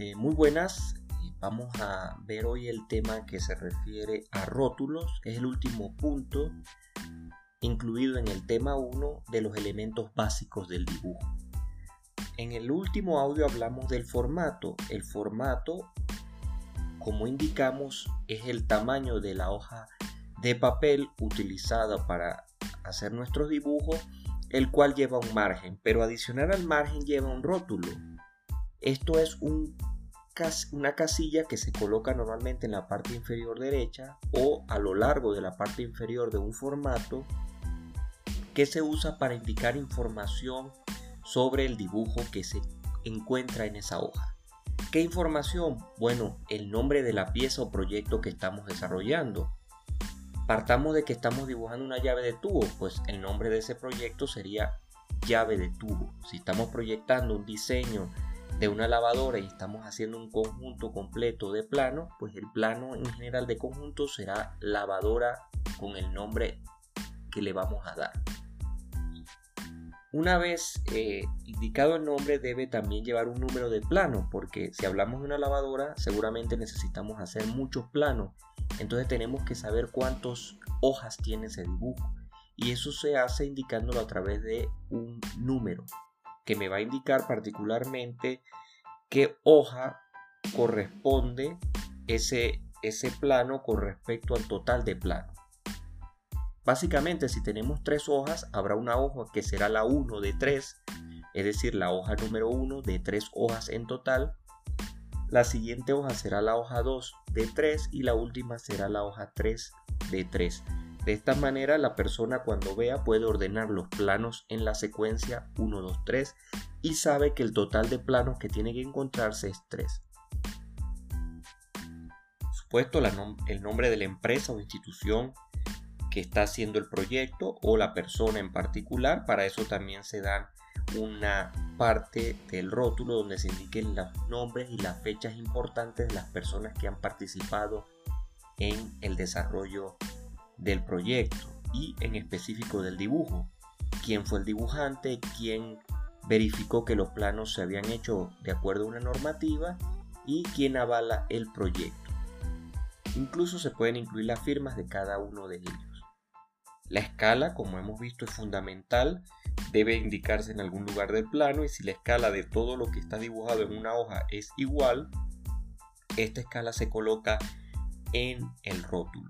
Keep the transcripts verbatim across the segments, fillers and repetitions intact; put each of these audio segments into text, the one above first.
Eh, muy buenas, vamos a ver hoy el tema que se refiere a rótulos, que es el último punto incluido en el tema uno de los elementos básicos del dibujo. En el último audio hablamos del formato. El formato, como indicamos, es el tamaño de la hoja de papel utilizada para hacer nuestros dibujos, el cual lleva un margen, pero adicional al margen lleva un rótulo. Esto es un, una casilla que se coloca normalmente en la parte inferior derecha o a lo largo de la parte inferior de un formato que se usa para indicar información sobre el dibujo que se encuentra en esa hoja. ¿Qué información? Bueno, el nombre de la pieza o proyecto que estamos desarrollando. Partamos de que estamos dibujando una llave de tubo, pues el nombre de ese proyecto sería llave de tubo. Si estamos proyectando un diseño de una lavadora y estamos haciendo un conjunto completo de planos, pues el plano en general de conjunto será lavadora con el nombre que le vamos a dar. Una vez eh, indicado el nombre, debe también llevar un número de plano, porque si hablamos de una lavadora seguramente necesitamos hacer muchos planos, entonces tenemos que saber cuántas hojas tiene ese dibujo, y eso se hace indicándolo a través de un número que me va a indicar particularmente qué hoja corresponde ese, ese plano con respecto al total de plano. Básicamente, si tenemos tres hojas, habrá una hoja que será la uno de tres, es decir, la hoja número uno de tres hojas en total. La siguiente hoja será la hoja dos de tres y la última será la hoja tres de tres. De esta manera, la persona cuando vea puede ordenar los planos en la secuencia uno, dos, tres y sabe que el total de planos que tiene que encontrarse es tres. Por supuesto, la nom- el nombre de la empresa o institución que está haciendo el proyecto o la persona en particular. Para eso también se dan una parte del rótulo donde se indiquen los nombres y las fechas importantes de las personas que han participado en el desarrollo del proyecto y en específico del dibujo. Quién fue el dibujante, quién verificó que los planos se habían hecho de acuerdo a una normativa y quién avala el proyecto. Incluso se pueden incluir las firmas de cada uno de ellos. La escala, como hemos visto, es fundamental, debe indicarse en algún lugar del plano, y si la escala de todo lo que está dibujado en una hoja es igual, esta escala se coloca en el rótulo.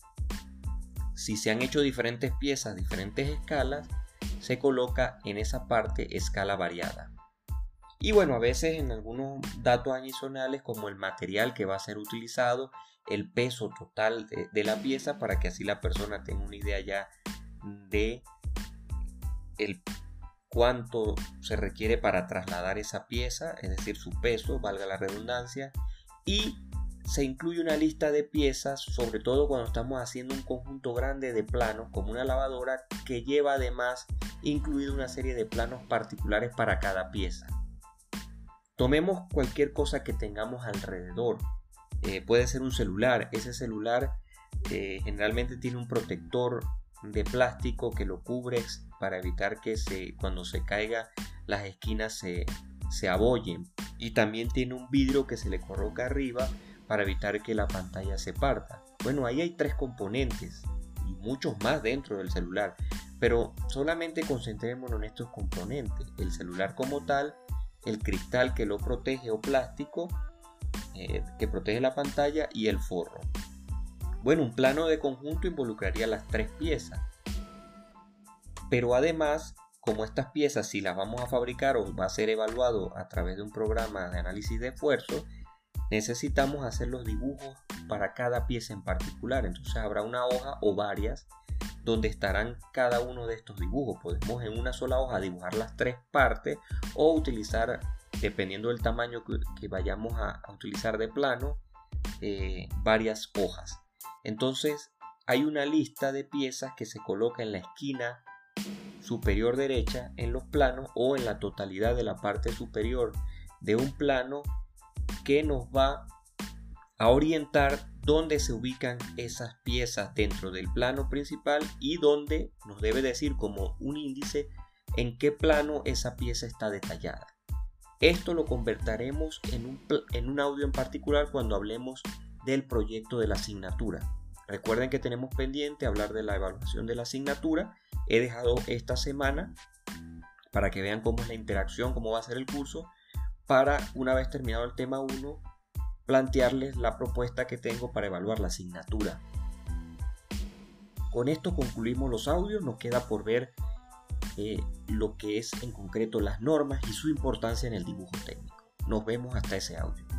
Si se han hecho diferentes piezas, diferentes escalas, se coloca en esa parte escala variada. Y bueno, a veces en algunos datos adicionales como el material que va a ser utilizado, el peso total de, de la pieza, para que así la persona tenga una idea ya de el cuánto se requiere para trasladar esa pieza, es decir, su peso, valga la redundancia, y se incluye una lista de piezas, sobre todo cuando estamos haciendo un conjunto grande de planos como una lavadora, que lleva además incluido una serie de planos particulares para cada pieza. Tomemos cualquier cosa que tengamos alrededor. Eh, puede ser un celular. Ese celular eh, generalmente tiene un protector de plástico que lo cubre para evitar que se, cuando se caiga las esquinas se, se abollen, y también tiene un vidrio que se le coloca arriba para evitar que la pantalla se parta. Bueno, ahí hay tres componentes y muchos más dentro del celular, pero solamente concentrémonos en estos componentes: el celular como tal, el cristal que lo protege o plástico eh, que protege la pantalla y el forro. Bueno, un plano de conjunto involucraría las tres piezas, pero además, como estas piezas, si las vamos a fabricar o va a ser evaluado a través de un programa de análisis de esfuerzo, necesitamos hacer los dibujos para cada pieza en particular. Entonces habrá una hoja o varias donde estarán cada uno de estos dibujos. Podemos en una sola hoja dibujar las tres partes o utilizar, dependiendo del tamaño que, que vayamos a, a utilizar de plano, eh, varias hojas. Entonces hay una lista de piezas que se coloca en la esquina superior derecha en los planos o en la totalidad de la parte superior de un plano, que nos va a orientar dónde se ubican esas piezas dentro del plano principal y dónde nos debe decir como un índice en qué plano esa pieza está detallada. Esto lo convertiremos en un, en un audio en particular cuando hablemos del proyecto de la asignatura. Recuerden que tenemos pendiente hablar de la evaluación de la asignatura. He dejado esta semana para que vean cómo es la interacción, cómo va a ser el curso, para una vez terminado el tema uno, plantearles la propuesta que tengo para evaluar la asignatura. Con esto concluimos los audios. Nos queda por ver eh, lo que es en concreto las normas y su importancia en el dibujo técnico. Nos vemos hasta ese audio.